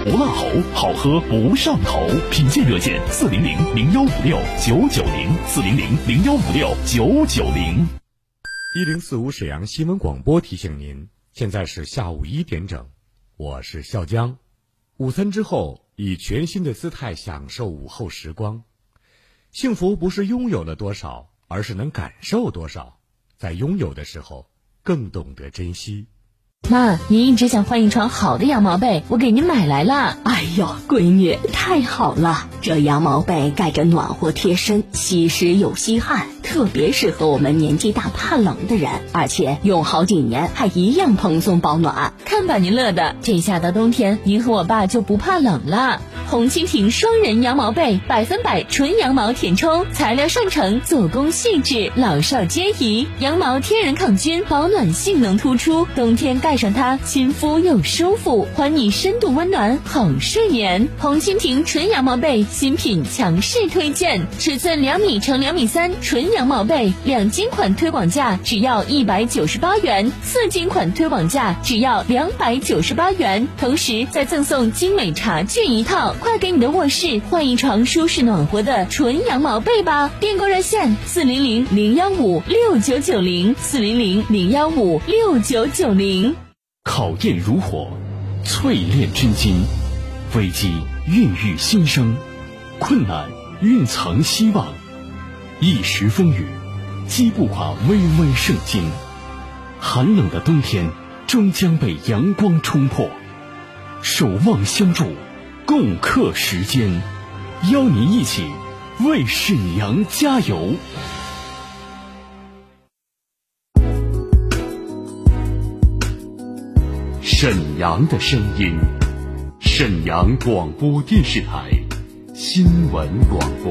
无辣喉，好喝不上头。品鉴热线400-0156-990，400-0156-990。 1045沈阳新闻广播提醒您，现在是下午1点整，我是笑江。午餐之后，以全新的姿态享受午后时光。幸福不是拥有了多少，而是能感受多少。在拥有的时候，更懂得珍惜。 妈，您一直想换一床好的羊毛被，我给您买来了。 哎呦，闺女，太好了！这羊毛被盖着暖和贴身，吸湿又吸汗，特别适合我们年纪大怕冷的人，而且用好几年还一样蓬松保暖。 看把您乐的，这下到冬天，您和我爸就不怕冷了。红蜻蜓双人羊毛被，100%纯羊毛填充，材料上乘，做工细致，老少皆宜。羊毛天然抗菌，保暖性能突出，冬天盖上它，亲肤又舒服，还你深度温暖好睡眠。红蜻蜓纯羊毛被新品强势推荐，尺寸2米乘2米3纯羊毛被，2斤款推广价只要198元，4斤款推广价只要298元，同时再赠送精美茶具一套。快给你的卧室换一床舒适暖和的纯羊毛被吧！订购热线400-015-6990，400-015-6990。 考验如火，淬炼真金，危机孕育新生，困难蕴藏希望，一时风雨击不垮巍巍圣经。寒冷的冬天终将被阳光冲破，守望相助，共克时艰，邀您一起为沈阳加油。沈阳的声音，沈阳广播电视台新闻广播。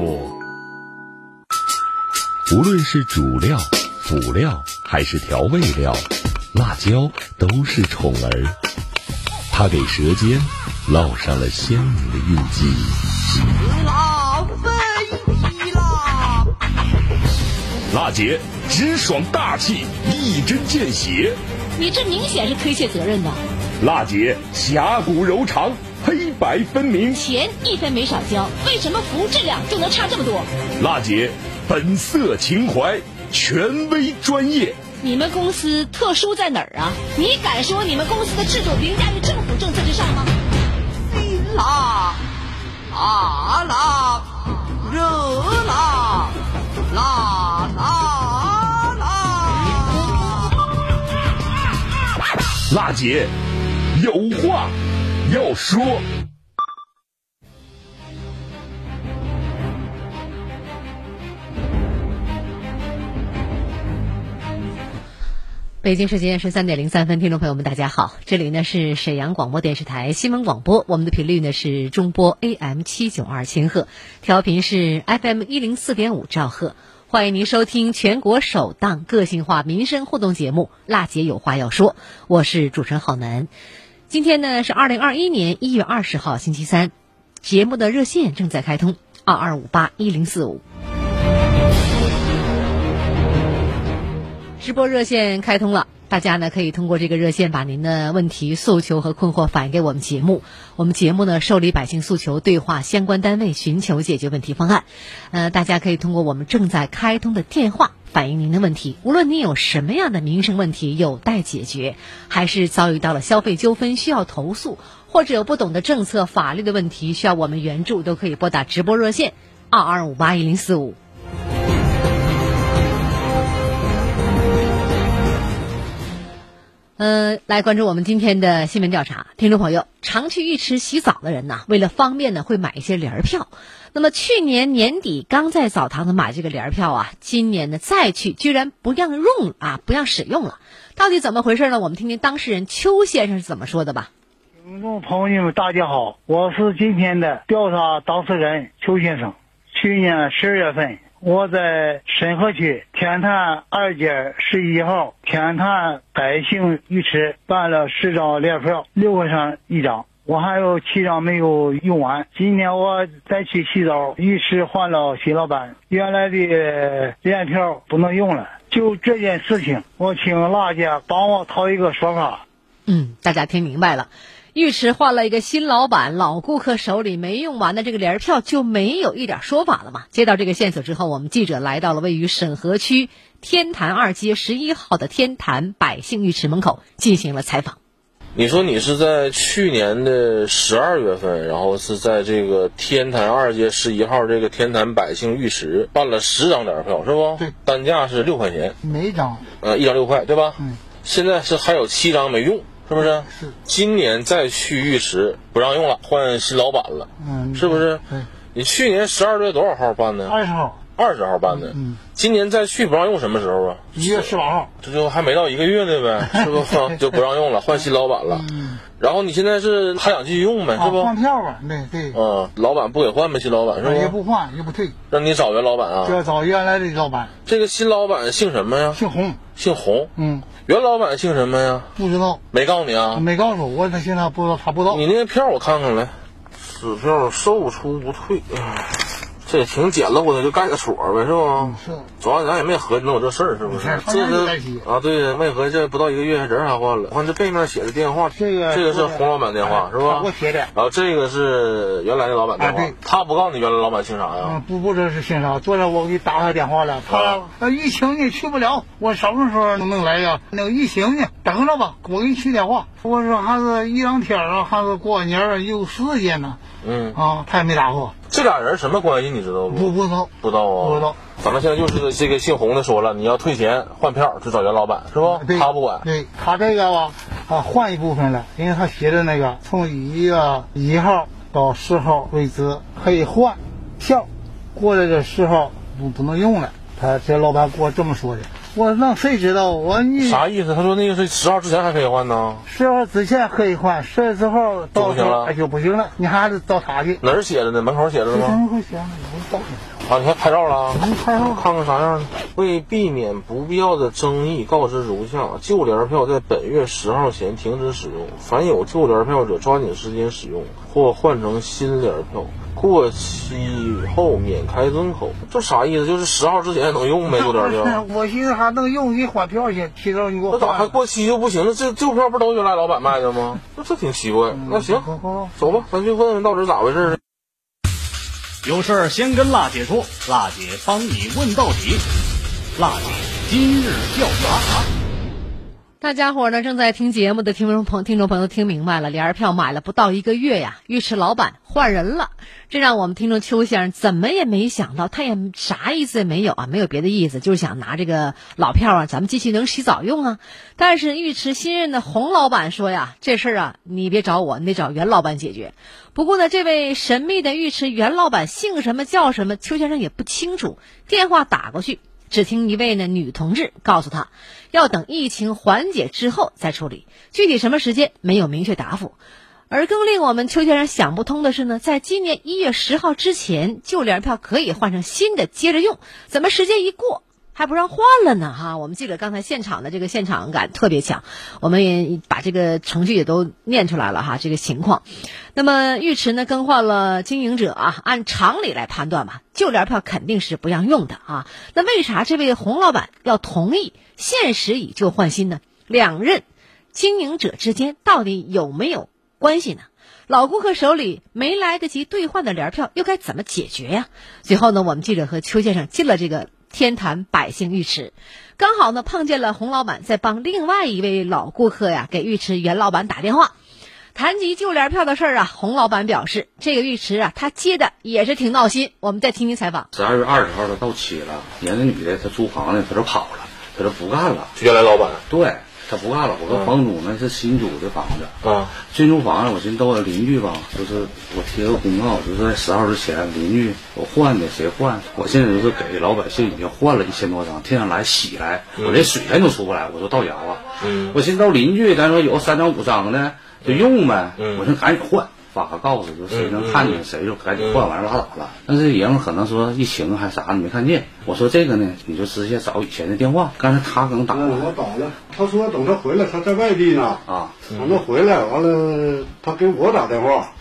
无论是主料、辅料还是调味料，辣椒都是宠儿，它给舌尖烙上了鲜明的印记。 辣飞起啦！ 辣姐直爽大气，一针见血。 你这明显是推卸责任的。 辣姐侠骨柔肠，黑白分明， 钱一分没少交，为什么服务质量就能差这么多？ 辣姐本色情怀，权威专业。 你们公司特殊在哪儿啊？你敢说你们公司的制度凌驾于政府政策之上吗？ 辣啊辣，热辣，辣辣辣！ 辣姐有话要说。 北京时间13:03，听众朋友们大家好，这里呢是沈阳广播电视台新闻广播，我们的频率呢是中波 AM792千赫，调频是 FM104.5兆赫，欢迎您收听全国首档个性化民生互动节目《辣姐有话要说》，我是主持人郝楠。今天呢是2021年1月20号星期三，节目的热线正在开通22581045。直播热线开通了，大家呢可以通过这个热线把您的问题、诉求和困惑反映给我们节目。我们节目呢受理百姓诉求，对话相关单位，寻求解决问题方案。大家可以通过我们正在开通的电话反映您的问题。无论您有什么样的民生问题有待解决，还是遭遇到了消费纠纷需要投诉，或者有不懂的政策法律的问题需要我们援助，都可以拨打直播热线22581045。来关注我们今天的新闻调查。听众朋友，常去浴池洗澡的人呢，为了方便呢，会买一些联票。那么去年年底刚在澡堂子买这个联票啊，今年呢再去居然不让使用了，到底怎么回事呢？我们听听当事人邱先生是怎么说的吧。 听众朋友们大家好，我是今天的调查当事人邱先生。去年12月份，我在沈河区天坛2街11号天坛百姓浴池办了10张联票，6块钱一张，我还有7张没有用完。今年我再去洗澡，浴池换了新老板，原来的联票不能用了。就这件事情，我请辣姐帮我讨一个说法。 大家听明白了。 浴池换了一个新老板，老顾客手里没用完的这个联票就没有一点说法了嘛？接到这个线索之后，我们记者来到了位于沈河区天坛2街11号的天坛百姓浴池门口进行了采访。 你说你是在去年的12月份，然后是在这个天坛2街11号这个天坛百姓浴池办了10张联票是不？ 对， 单价是6块钱， 每张一张6块对吧？ 嗯， 现在是还有7张没用。是不是？ 是。 今年再去浴池不让用了，换新老板了。是不是？ 对。 你去年12月多少号办的 ？20号。 20号办的。今年再去不让用什么时候啊 ？1月18号。 这就还没到1个月呢呗，是不？就不让用了，换新老板了。然后你现在是还想继续用呗，是不？ 换票吧，对。 老板不给换呗，新老板是吧？ 也不换，也不退。 让你找原老板啊？ 就要找原来的老板。 这个新老板姓什么呀？ 姓洪。 姓洪。原老板姓什么呀？ 不知道， 没告诉你啊？ 没告诉我，他现在不知道，他不知道。 你那个票我看看来，此票售出不退，这也挺简陋的，就盖个戳呗，是吧？ 是。 主要咱也没合计能有这事儿，是不是？这个啊，对，没合计这不到1个月，人还换了。我看这背面写的电话，这个是洪老板电话，是吧？ 我写的。 然后这个是原来的老板电话， 对。 他不告诉你原来老板姓啥呀？ 不知道是姓啥。昨天我给打他电话了，他疫情呢去不了，我什么时候能来呀？那个疫情呢，等着吧，我给你去电话。我说还是一两天啊，还是过年啊，有时间呢。他也没打过。 这俩人什么关系你知道不？ 不知道。 不知道啊。 不知道。 反正现在就是这个姓洪的说了，你要退钱换票就找原老板，是不？他不管。 对，他这个吧，换一部分了，因为他写的那个从1月1号到10号为止可以换票，过了这10号不能用了。他这老板给我这么说的。我让谁知道？你啥意思？他说那个是10号之前还可以换呢。 10号之前可以换，10号到时候就不行了。你还是找他去。 哪儿写的呢？门口写的吗？ 门口写的，我啊，你还拍照了？ 拍照， 看看啥样呢？为避免不必要的争议，告知如下：旧联票在本月10号前停止使用，凡有旧联票者抓紧时间使用，或换成新联票。过期后免开尊口，这啥意思？就是10号之前能用呗，旧联票。 我寻思还能用，你换票去，提早你给我换。 那咋还过期就不行了？这旧票不都原来老板卖的吗？这挺奇怪。那行，走吧，咱去问问到底咋回事。 有事儿先跟辣姐说，辣姐帮你问到底。辣姐今日调查。 大家伙呢正在听节目的听众朋友都听明白了，联票买了不到1个月呀，浴池老板换人了，这让我们听众邱先生怎么也没想到，他也啥意思也没有啊，没有别的意思，就是想拿这个老票啊，咱们继续能洗澡用啊。但是浴池新任的洪老板说呀，这事儿啊，你别找我，你得找袁老板解决。不过呢，这位神秘的浴池袁老板姓什么叫什么，邱先生也不清楚，电话打过去。只听一位女同志告诉他，要等疫情缓解之后再处理，具体什么时间没有明确答复。而更令我们邱先生想不通的是呢，在今年1月10号之前，旧联票可以换成新的接着用，怎么时间一过还不让换了呢？哈，我们记者刚才现场的这个现场感特别强，我们也把这个程序也都念出来了哈，这个情况。那么浴池呢更换了经营者啊，按常理来判断吧，旧联票肯定是不让用的啊。那为啥这位洪老板要同意限时以旧换新呢？两任经营者之间到底有没有关系呢？老顾客手里没来得及兑换的联票又该怎么解决呀？最后呢，我们记者和邱先生进了这个天坛百姓浴池，刚好呢碰见了洪老板在帮另外一位老顾客呀给浴池袁老板打电话。谈及旧联票的事儿啊，洪老板表示，这个浴池啊，他接的也是挺闹心。我们再听听采访。 12月20号他到期了，人家女的她租房呢，她就跑了，她就不干了。 原来老板对，她不干了。我跟房主呢是新租的房子，新租房子，我寻思都有邻居吧，就是我贴个公告，就是在10号之前邻居我换的谁换，我现在就是给老百姓已经换了1000多张，天天来洗来，我连水钱都出不来，我说到家了。我寻思到邻居，咱说有3张5张的。就用呗，我说赶紧换，发个告诉就谁能看见谁就赶紧换完拉倒了。但是人可能说疫情还啥你没看见，我说这个呢你就直接找以前的电话，刚才他刚打我打了，他说等他回来，他在外地呢等他回来完了他给我打电话，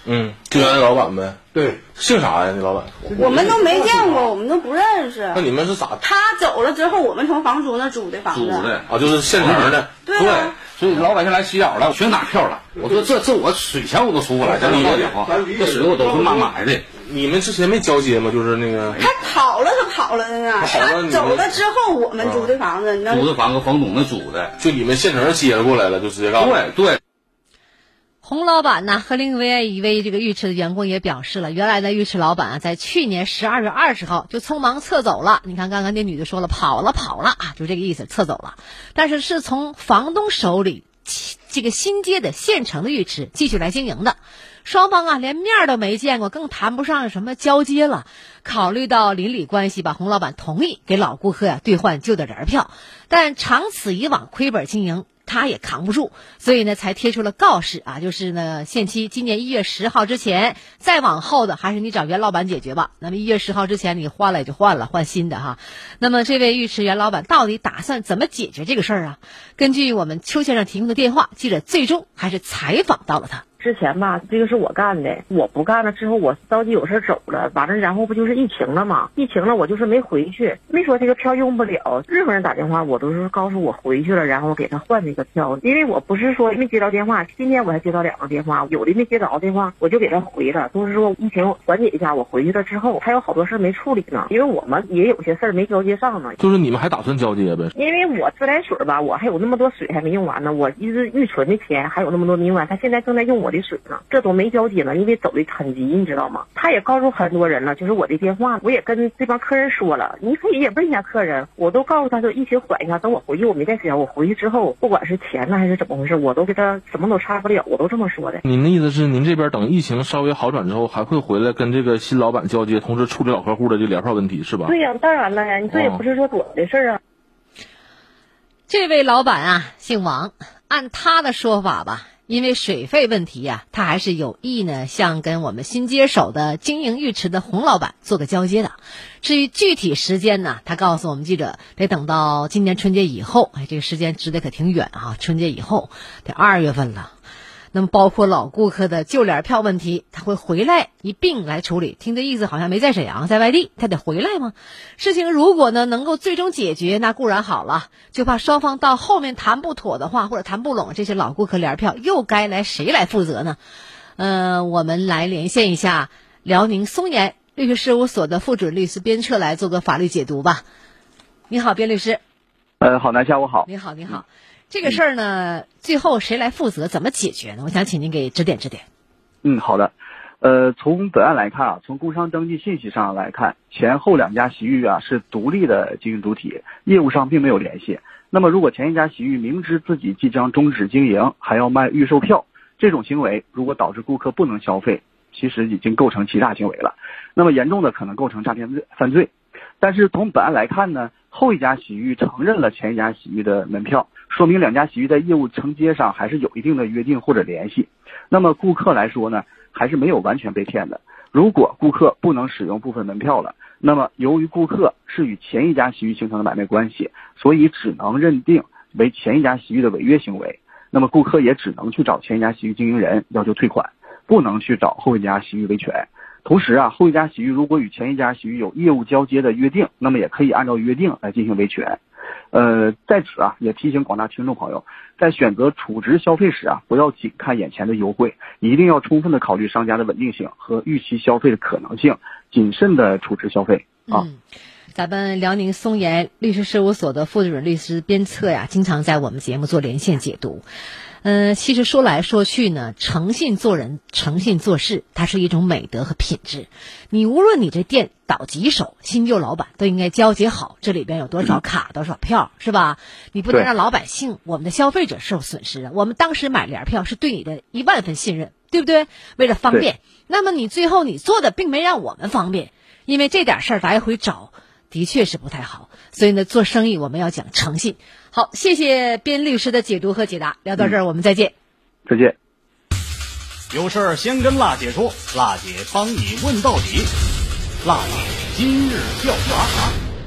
就原来老板呗。 对， 姓啥呀？那老板？ 我们都没见过，我们都不认识。 那你们是咋？ 他走了之后，我们从房租那租的房子。 租的啊，就是现成的。 对。 所以老百姓来洗脚了，我全打票了。我说这我水钱我都出不来，咱理解哈。这水我都是买的。 你们之前没交接吗？就是那个。 他跑了的呢。他走了之后，我们租的房子，你知道吗？ 租的房子房东那租的， 就你们现成接了过来了，就直接干。 对。 洪老板呢和另外一位这个浴池的员工也表示了，原来的浴池老板啊，在去年12月20号就匆忙撤走了。你看刚刚那女的说了，跑了啊，就这个意思，撤走了。但是是从房东手里这个新接的现成的浴池继续来经营的。双方啊连面都没见过，更谈不上什么交接了。考虑到邻里关系吧，洪老板同意给老顾客呀兑换旧的人票，但长此以往亏本经营他也扛不住，所以呢才贴出了告示啊，就是呢限期今年1月10号之前，再往后的还是你找原老板解决吧。那么1月10号之前你换了也就换了，换新的哈。那么这位浴池原老板到底打算怎么解决这个事儿啊？根据我们邱先生提供的电话，记者最终还是采访到了他。 之前吧，这个是我干的，我不干了之后，我着急有事走了，完了然后不就是疫情了吗？疫情了，我就是没回去，没说这个票用不了。任何人打电话，我都是告诉我回去了，然后我给他换那个票。因为我不是说没接到电话，今天我还接到2个电话，有的没接着电话，我就给他回了，都是说疫情缓解一下，我回去了之后，还有好多事没处理呢，因为我们也有些事没交接上呢。 就是你们还打算交接呗？ 因为我自来水吧，我还有那么多水还没用完呢，我一直预存的钱还有那么多没用完，他现在正在用我的水呢，这都没交接呢，因为走的很急，你知道吗？他也告诉很多人了，就是我的电话，我也跟这帮客人说了，你可以也问一下客人，我都告诉他说疫情缓一下，等我回去，我没在家，我回去之后，不管是钱呢还是怎么回事，我都给他什么都差不了，我都这么说的。 您的意思是，您这边等疫情稍微好转之后，还会回来跟这个新老板交接，同时处理老客户的这联票问题，是吧？ 对呀，当然了呀，你这也不是说躲的事啊。 这位老板啊，姓王，按他的说法吧。因为水费问题呀，他还是有意呢向跟我们新接手的经营浴池的洪老板做个交接的。至于具体时间呢，他告诉我们记者得等到今年春节以后，这个时间指的可挺远啊，春节以后得2月份了。那么包括老顾客的旧联票问题，他会回来一并来处理。听这意思好像没在沈阳，在外地，他得回来吗？事情如果呢能够最终解决，那固然好了，就怕双方到后面谈不妥的话，或者谈不拢，这些老顾客联票又该来谁来负责呢？我们来连线一下辽宁松岩律师事务所的副准律师边彻来做个法律解读吧。你好，边律师。 好，南下午好。 你好，你好。这个事儿呢，最后谁来负责，怎么解决呢？我想请您给指点指点。 好的。从本案来看啊，从工商登记信息上来看，前后2家洗浴啊是独立的经营主体，业务上并没有联系。那么如果前一家洗浴明知自己即将终止经营，还要卖预售票，这种行为如果导致顾客不能消费，其实已经构成欺诈行为了。那么严重的可能构成诈骗犯罪。但是从本案来看呢，后一家洗浴承认了前一家洗浴的门票，说明2家洗浴在业务承接上还是有一定的约定或者联系。那么顾客来说呢，还是没有完全被骗的。如果顾客不能使用部分门票了，那么由于顾客是与前一家洗浴形成的买卖关系，所以只能认定为前一家洗浴的违约行为。那么顾客也只能去找前一家洗浴经营人要求退款，不能去找后一家洗浴维权。同时啊，后一家洗浴如果与前一家洗浴有业务交接的约定，那么也可以按照约定来进行维权。在此啊，也提醒广大听众朋友，在选择储值消费时啊，不要仅看眼前的优惠，一定要充分的考虑商家的稳定性和预期消费的可能性，谨慎的储值消费啊。 咱们辽宁松岩律师事务所的副准律师边彻呀，经常在我们节目做连线解读。其实说来说去呢，诚信做人，诚信做事，它是一种美德和品质。你无论你这店倒几手，新旧老板都应该交接好，这里边有多少卡多少票，是吧？你不能让老百姓我们的消费者受损失啊。我们当时买联票是对你的10000分信任，对不对？为了方便，那么你最后你做的并没让我们方便，因为这点事儿来回找的确是不太好。所以呢，做生意我们要讲诚信。好，谢谢边律师的解读和解答，聊到这儿，我们再见。 再见。 有事儿先跟辣姐说，辣姐帮你问到底。辣姐今日调查。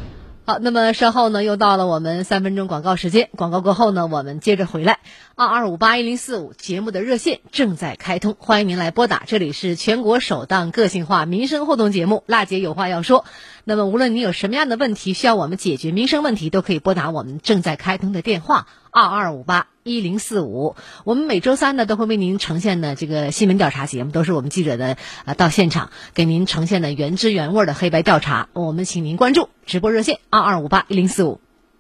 好，那么稍后呢，又到了我们3分钟广告时间。广告过后呢，我们接着回来。22581045节目的热线正在开通，欢迎您来拨打。这里是全国首档个性化民生互动节目《辣姐有话要说》。那么无论你有什么样的问题需要我们解决民生问题，都可以拨打我们正在开通的电话22581045。我们每周3呢都会为您呈现的这个新闻调查节目，都是我们记者的到现场给您呈现的原汁原味的黑白调查。我们请您关注直播热线22581045。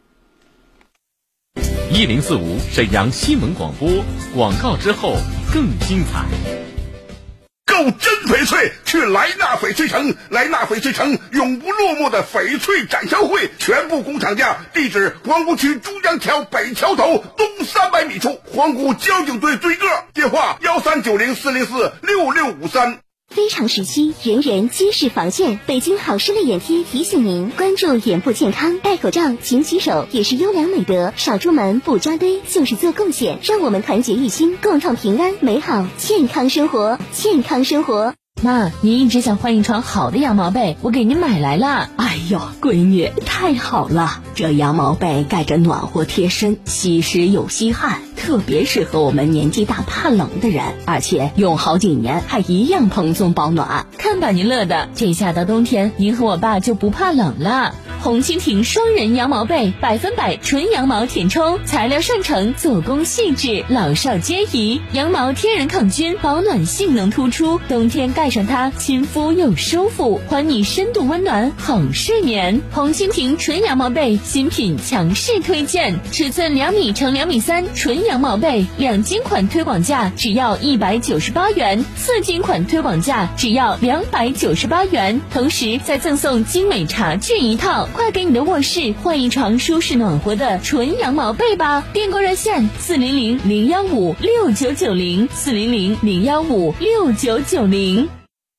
1045沈阳新闻广播，广告之后更精彩。 购真翡翠，去莱纳翡翠城，莱纳翡翠城永不落幕的翡翠展销会，全部工厂价，地址皇姑区珠江桥北桥头东300米处，皇姑交警队对个，电话13904046653。 非常时期，人人皆是防线。北京好视力眼贴提醒您关注眼部健康，戴口罩、勤洗手也是优良美德。少出门，不扎堆，就是做贡献。让我们团结一心，共创平安、美好、健康生活。健康生活。 妈，您一直想换一床好的羊毛被，我给您买来了。 哎呦，闺女，太好了！这羊毛被盖着暖和贴身，吸湿又吸汗，特别适合我们年纪大怕冷的人，而且用好几年还一样蓬松保暖。 看把您乐的，这下到冬天，您和我爸就不怕冷了。红蜻蜓双人羊毛被，100%纯羊毛填充，材料上乘，做工细致，老少皆宜。羊毛天然抗菌，保暖性能突出，冬天盖上它，亲肤又舒服，还你深度温暖，好睡眠。红蜻蜓纯羊毛被新品强势推荐，尺寸2米乘2米3纯羊毛被，2斤款推广价只要198元，4斤款推广价只要298元，同时再赠送精美茶具一套。快给你的卧室换一床舒适暖和的纯羊毛被吧！订购热线400-015-6990 400-015-6990。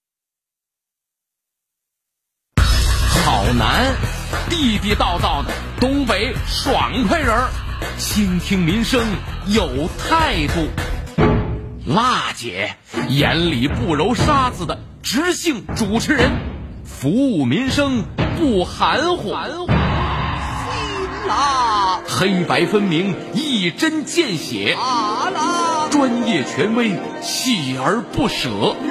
好男，地地道道的东北爽快人儿，倾听民生有态度。辣姐眼里不揉沙子的直性主持人，服务民生不含糊，黑白分明，一针见血，专业权威，锲而不舍，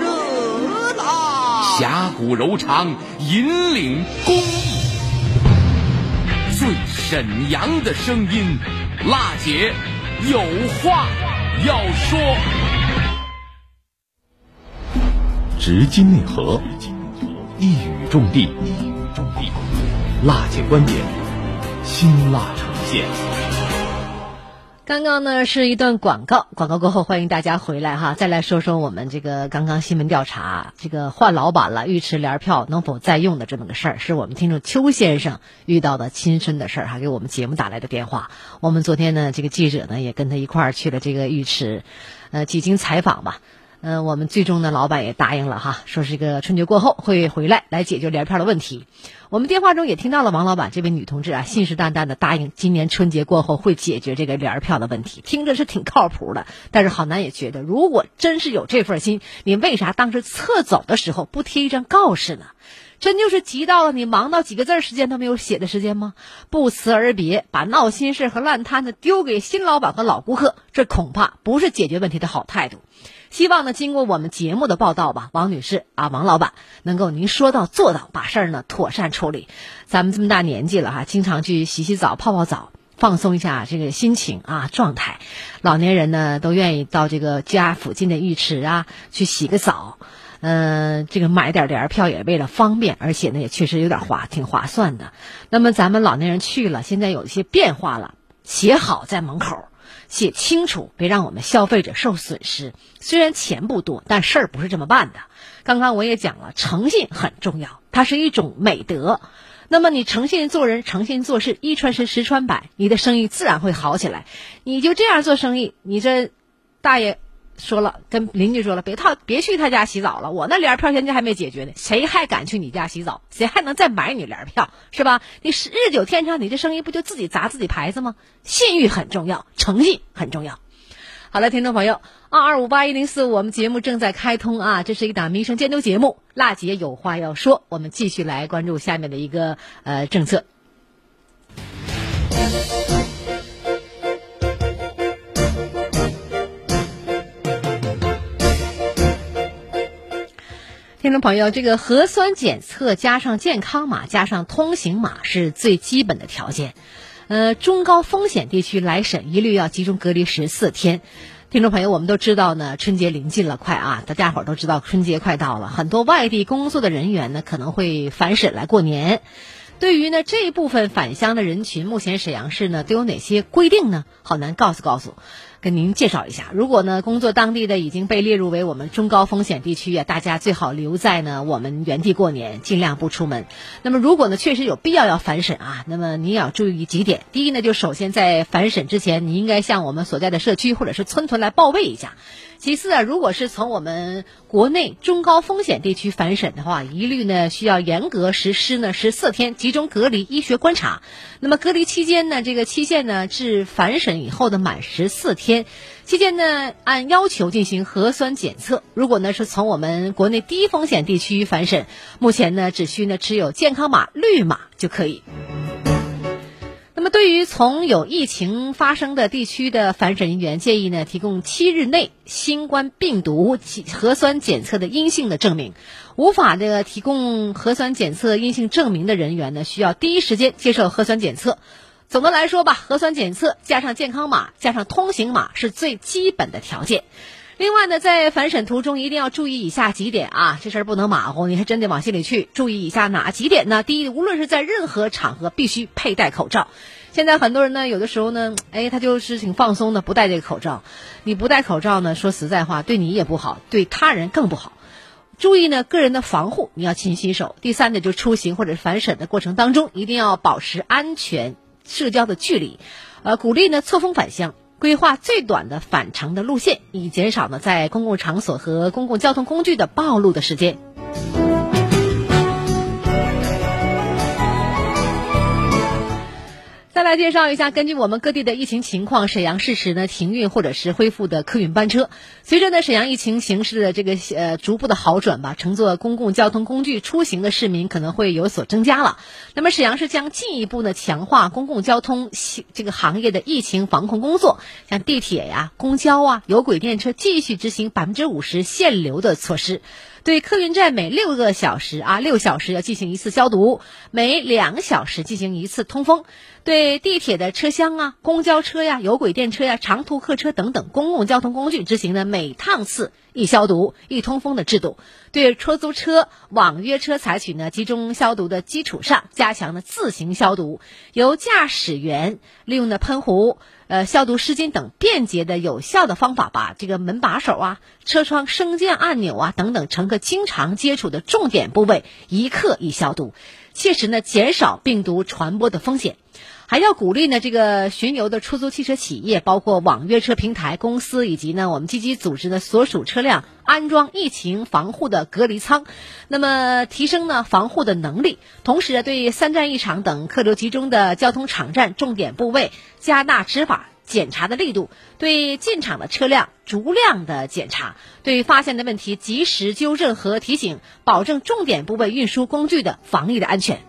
侠骨柔肠，引领公益，最沈阳的声音，辣姐有话要说。直击内核，一语中的，辣姐观点，辛辣呈现。 刚刚呢是一段广告，广告过后欢迎大家回来哈，再来说说我们这个刚刚新闻调查，这个换老板了，浴池联票能否再用的这么个事儿，是我们听众邱先生遇到的亲身的事儿，还给我们节目打来的电话。我们昨天呢，这个记者呢也跟他一块儿去了这个浴池，几经采访吧。我们最终呢，老板也答应了哈，说这个春节过后会回来解决联票的问题。我们电话中也听到了王老板这位女同志啊，信誓旦旦的答应今年春节过后会解决这个联票的问题，听着是挺靠谱的。但是郝楠也觉得，如果真是有这份心，你为啥当时撤走的时候不贴一张告示呢？真就是急到了你忙到几个字时间都没有写的时间吗？不辞而别，把闹心事和烂摊子丢给新老板和老顾客，这恐怕不是解决问题的好态度。希望呢，经过我们节目的报道吧，王女士啊，王老板能够您说到做到，把事儿呢妥善处理。咱们这么大年纪了哈，经常去洗洗澡、泡泡澡，放松一下这个心情啊状态。老年人呢都愿意到这个家附近的浴池啊去洗个澡。这个买点联票也为了方便，而且呢也确实有点挺划算的。那么咱们老年人去了，现在有一些变化了，写好在门口。写清楚，别让我们消费者受损失。虽然钱不多，但事儿不是这么办的。刚刚我也讲了，诚信很重要，它是一种美德。那么你诚信做人，诚信做事，一传十，十传百，你的生意自然会好起来。你就这样做生意，你这大爷说了，跟邻居说了，别去他家洗澡了，我那联票现在还没解决呢，谁还敢去你家洗澡？谁还能再买你联票？是吧？你日久天长，你这生意不就自己砸自己牌子吗？信誉很重要，诚信很重要。好了，听众朋友，22581045，我们节目正在开通啊，这是一档民生监督节目，辣姐有话要说，我们继续来关注下面的一个政策。 听众朋友，这个核酸检测加上健康码加上通行码是最基本的条件。中高风险地区来省一律要集中隔离14天。听众朋友，我们都知道呢，春节临近了，快啊，大家伙都知道春节快到了，很多外地工作的人员呢可能会返省来过年。对于呢这一部分返乡的人群，目前沈阳市呢都有哪些规定呢？好难告诉跟您介绍一下。如果呢工作当地的已经被列入为我们中高风险地区啊，大家最好留在呢我们原地过年，尽量不出门。那么如果呢确实有必要返省啊，那么您也要注意几点。第一呢，就首先在返省之前，你应该向我们所在的社区或者是村屯来报备一下。其次啊，如果是从我们国内中高风险地区返省的话，一律呢需要严格实施呢14天集中隔离医学观察。那么隔离期间呢，这个期限呢至返省以后的满14天，期间呢按要求进行核酸检测。如果呢是从我们国内低风险地区返省，目前呢只需呢持有健康码绿码就可以。那么对于从有疫情发生的地区的返省人员，建议呢提供7日内新冠病毒核酸检测的阴性的证明。无法的提供核酸检测阴性证明的人员呢，需要第一时间接受核酸检测。总的来说吧，核酸检测加上健康码加上通行码是最基本的条件。另外呢，在返省途中一定要注意以下几点啊，这事儿不能马虎，你还真得往心里去。注意以下哪几点呢？第一，无论是在任何场合必须佩戴口罩。现在很多人呢，有的时候呢，他就是挺放松的，不戴这个口罩。你不戴口罩呢，说实在话，对你也不好，对他人更不好。注意呢，个人的防护你要勤洗手。第三呢，就出行或者返省的过程当中，一定要保持安全社交的距离。鼓励呢错峰返乡。规划最短的返程的路线，以减少呢在公共场所和公共交通工具的暴露的时间。再来介绍一下，根据我们各地的疫情情况，沈阳适时呢停运或者是恢复的客运班车。随着呢沈阳疫情形势的这个逐步的好转吧，乘坐公共交通工具出行的市民可能会有所增加了。那么沈阳市将进一步呢强化公共交通这个行业的疫情防控工作，像地铁呀、公交啊、有轨电车继续执行50%限流的措施。对客运站每6小时要进行一次消毒，每2小时进行一次通风。对地铁的车厢啊、公交车呀、有轨电车呀、长途客车等等公共交通工具执行呢每趟次一消毒一通风的制度。对出租车、网约车采取呢集中消毒的基础上，加强呢自行消毒，由驾驶员利用呢喷壶、消毒湿巾等便捷的有效的方法，把这个门把手啊、车窗升降按钮啊等等乘客经常接触的重点部位一刻一消毒，切实呢减少病毒传播的风险。还要鼓励呢这个巡游的出租汽车企业，包括网约车平台公司以及呢我们积极组织的所属车辆安装疫情防护的隔离舱，那么提升呢防护的能力。同时对3站1场等客流集中的交通场站重点部位加大执法检查的力度，对进场的车辆逐量的检查，对发现的问题及时纠正和提醒，保证重点部位运输工具的防疫的安全。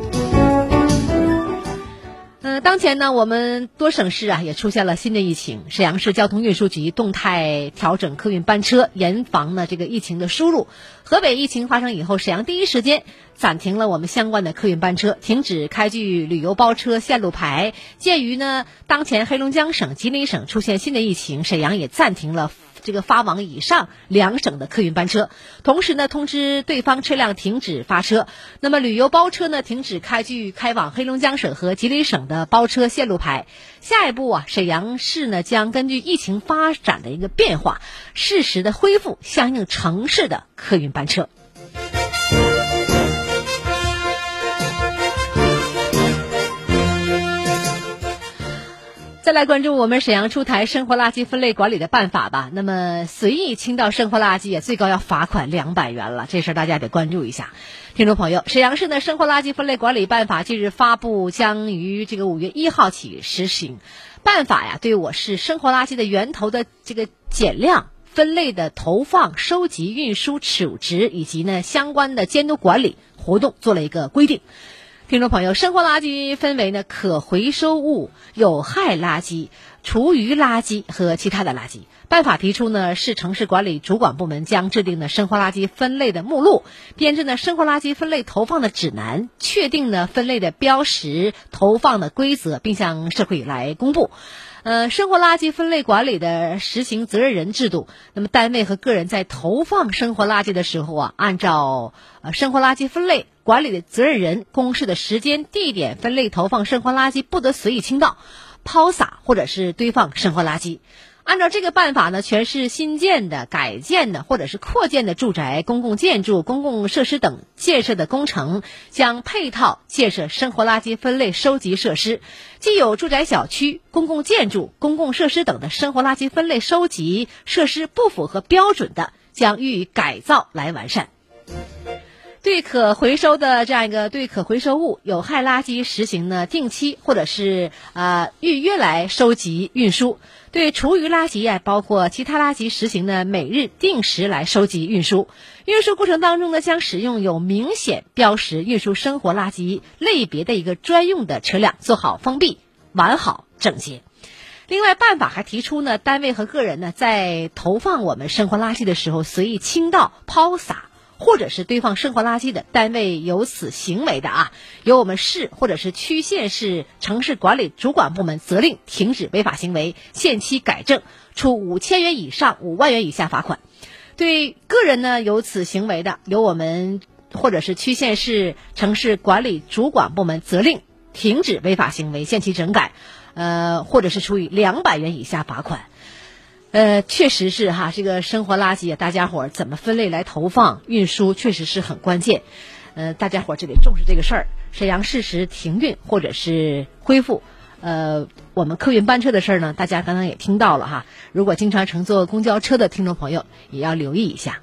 当前呢，我们多省市啊也出现了新的疫情。沈阳市交通运输局动态调整客运班车，严防呢这个疫情的输入。河北疫情发生以后，沈阳第一时间暂停了我们相关的客运班车，停止开具旅游包车线路牌。鉴于呢当前黑龙江省、吉林省出现新的疫情，沈阳也暂停了这个发往以上2省的客运班车，同时呢通知对方车辆停止发车。那么旅游包车呢停止开具开往黑龙江省和吉林省的包车线路牌。下一步啊，沈阳市呢将根据疫情发展的一个变化，适时的恢复相应城市的客运班车。再来关注我们沈阳出台生活垃圾分类管理的办法吧。那么随意倾倒生活垃圾也最高要罚款200元了，这事儿大家得关注一下。听众朋友，沈阳市的生活垃圾分类管理办法近日发布，将于这个5月1号起实行。办法呀，对我市生活垃圾的源头的这个减量、分类的投放、收集、运输、处置以及呢相关的监督管理活动做了一个规定。 听众朋友，生活垃圾分为呢可回收物、有害垃圾、厨余垃圾和其他的垃圾。办法提出呢，市城市管理主管部门将制定呢生活垃圾分类的目录，编制呢生活垃圾分类投放的指南，确定呢分类的标识、投放的规则，并向社会来公布。生活垃圾分类管理的实行责任人制度。那么单位和个人在投放生活垃圾的时候啊，按照生活垃圾分类管理的责任人公示的时间、地点分类投放生活垃圾，不得随意倾倒、抛洒或者是堆放生活垃圾。按照这个办法呢，全市新建的、改建的或者是扩建的住宅、公共建筑、公共设施等建设的工程，将配套建设生活垃圾分类收集设施。既有住宅小区、公共建筑、公共设施等的生活垃圾分类收集设施不符合标准的，将予以改造来完善。对可回收的这样一个对可回收物、有害垃圾实行呢定期或者是预约来收集运输。对厨余垃圾包括其他垃圾实行呢每日定时来收集运输。运输过程当中呢，将使用有明显标识运输生活垃圾类别的一个专用的车辆，做好封闭、完好、整洁。另外，办法还提出呢，单位和个人呢在投放我们生活垃圾的时候，随意倾倒、抛洒或者是堆放生活垃圾的，单位有此行为的由我们市或者是区县市城市管理主管部门责令停止违法行为，限期改正，处5000元以上5万元以下罚款。对个人呢有此行为的，由我们或者是区县市城市管理主管部门责令停止违法行为，限期整改，或者是处以200元以下罚款。确实是这个生活垃圾大家伙怎么分类来投放运输确实是很关键。大家伙就得重视这个事儿。沈阳适时停运或者是恢复我们客运班车的事儿呢，大家刚刚也听到了如果经常乘坐公交车的听众朋友也要留意一下。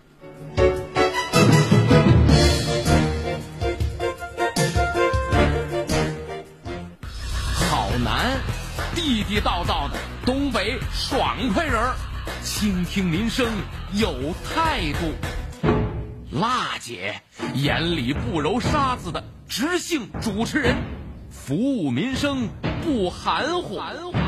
好男地地道道的东北爽快人，倾听民生有态度。辣姐眼里不揉沙子的直性主持人，服务民生不含糊，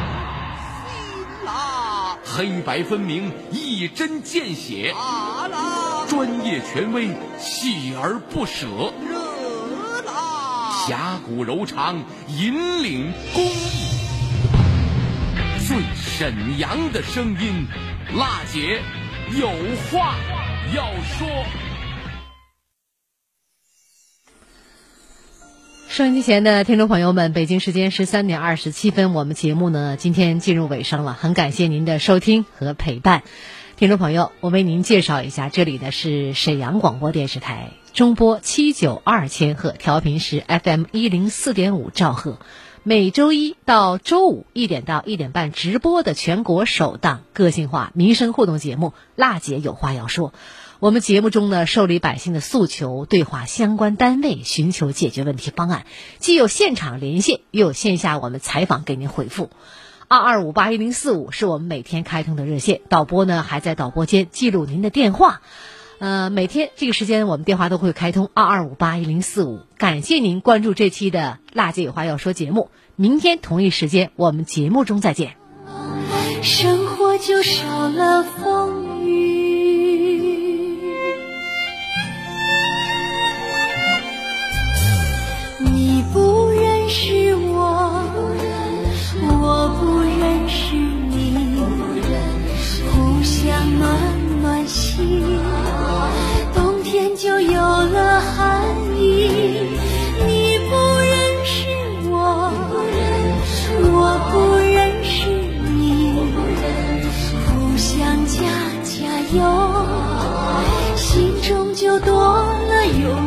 黑白分明，一针见血，专业权威，锲而不舍，侠骨柔肠，引领公益。最沈阳的声音，辣姐有话要说。 收音机前的听众朋友们，北京时间13点27分，我们节目呢今天进入尾声了，很感谢您的收听和陪伴。听众朋友，我为您介绍一下，这里呢是沈阳广播电视台中波792千赫，调频是 FM 104.5兆赫。每周一到周五1点到1点半直播的全国首档个性化民生互动节目《辣姐有话要说》。我们节目中呢，受理百姓的诉求，对话相关单位，寻求解决问题方案，既有现场连线，又有线下我们采访给您回复。22581045是我们每天开通的热线，导播呢还在导播间记录您的电话。每天这个时间我们电话都会开通22581045。感谢您关注这期的辣姐有话要说节目，明天同一时间我们节目中再见。 生活就少了风雨，你不认识我，我不认识你，互相暖暖心，冬天就有了寒意。你不认识我，我不认识你，互相加油，心中就多了勇